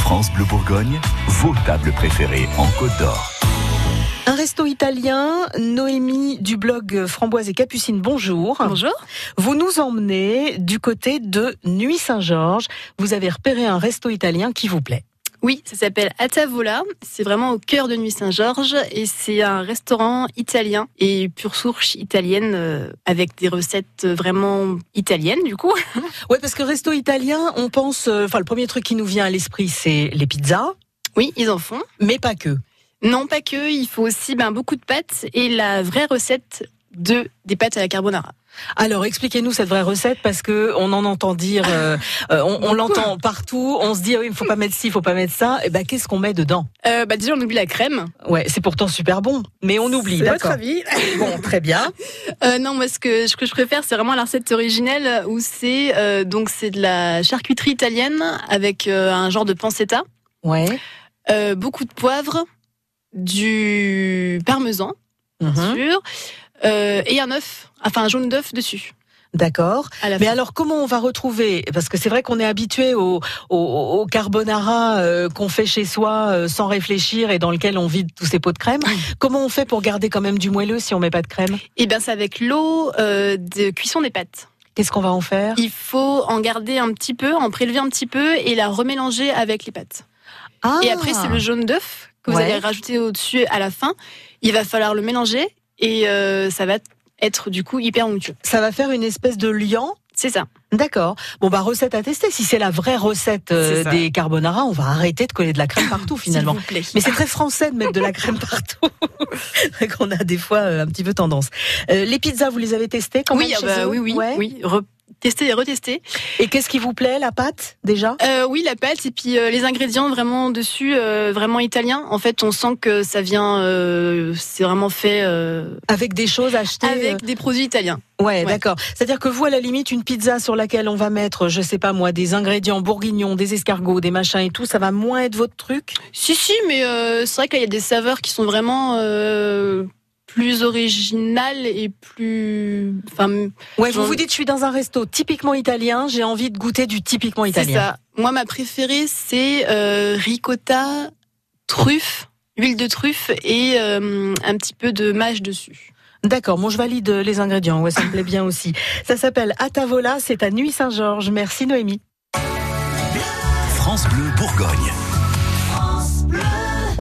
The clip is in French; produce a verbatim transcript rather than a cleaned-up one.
France Bleu Bourgogne, vos tables préférées en Côte d'Or. Un resto italien, Noémie du blog Framboise et Capucine, bonjour. Bonjour. Vous nous emmenez du côté de Nuits-Saint-Georges. Vous avez repéré un resto italien qui vous plaît. Oui, ça s'appelle A Tavola. C'est vraiment au cœur de Nuits-Saint-Georges et c'est un restaurant italien et pure souche italienne euh, avec des recettes vraiment italiennes du coup. Ouais, parce que resto italien, on pense, euh, enfin le premier truc qui nous vient à l'esprit, c'est les pizzas. Oui, ils en font. Mais pas que. Non, pas que. Il faut aussi ben, beaucoup de pâtes et la vraie recette de des pâtes à la carbonara. Alors, expliquez-nous cette vraie recette parce que on en entend dire, euh, euh, on, on l'entend partout. On se dit, oui, il ne faut pas mettre ci, il faut pas mettre ça. Et ben, qu'est-ce qu'on met dedans ? euh, bah déjà, on oublie la crème. Ouais, c'est pourtant super bon, mais on oublie. C'est D'accord. votre avis. Bon, très bien. Euh, non, moi, ce que, ce que je préfère, c'est vraiment la recette originelle où c'est euh, donc c'est de la charcuterie italienne avec euh, un genre de pancetta. Ouais. Euh, beaucoup de poivre, du parmesan, bien Mhm. sûr, euh, et un œuf, enfin un jaune d'œuf dessus. D'accord. À la Mais fin. alors, comment on va retrouver ? Parce que c'est vrai qu'on est habitué au, au, au carbonara euh, qu'on fait chez soi euh, sans réfléchir et dans lequel on vide tous ces pots de crème. Comment on fait pour garder quand même du moelleux si on met pas de crème ? Et bien, c'est avec l'eau euh, de cuisson des pâtes. Qu'est-ce qu'on va en faire ? Il faut en garder un petit peu, en prélever un petit peu et la remélanger avec les pâtes. Ah. Et après, c'est le jaune d'œuf que vous Ouais. allez rajouter au-dessus à la fin. Il va falloir le mélanger et euh, ça va être du coup hyper onctueux. Ça va faire une espèce de liant. C'est ça. D'accord. Bon, bah, recette à tester. Si c'est la vraie recette euh, C'est ça. des carbonara, on va arrêter de coller de la crème partout finalement. S'il vous plaît. Mais c'est très français de mettre de la crème partout. C'est qu'on a des fois euh, un petit peu tendance. Euh, les pizzas, vous les avez testées quand Oui, même ah chez bah, eux ? oui, oui, Ouais. oui. Re- tester et retester. Et qu'est-ce qui vous plaît, la pâte, déjà ? Euh, oui, la pâte et puis euh, les ingrédients vraiment dessus, euh, vraiment italiens. En fait, on sent que ça vient, euh, c'est vraiment fait euh, Avec des choses achetées avec euh, des produits italiens. Ouais, Ouais. d'accord. C'est-à-dire que vous, à la limite, une pizza sur laquelle on va mettre, je sais pas moi, des ingrédients bourguignons, des escargots, des machins et tout, ça va moins être votre truc ? Si, si, mais euh, c'est vrai qu'il y a des saveurs qui sont vraiment euh, plus originales et plus, enfin, Ouais, J'en- vous vous dites, je suis dans un resto typiquement italien, j'ai envie de goûter du typiquement c'est italien. ça. Moi, ma préférée, c'est euh, ricotta, truffe, huile de truffe et euh, un petit peu de mâche dessus. D'accord, bon, je valide les ingrédients, ouais, ça me plaît bien aussi. Ça s'appelle A Tavola, c'est à Nuits-Saint-Georges. Merci Noémie. France Bleu Bourgogne.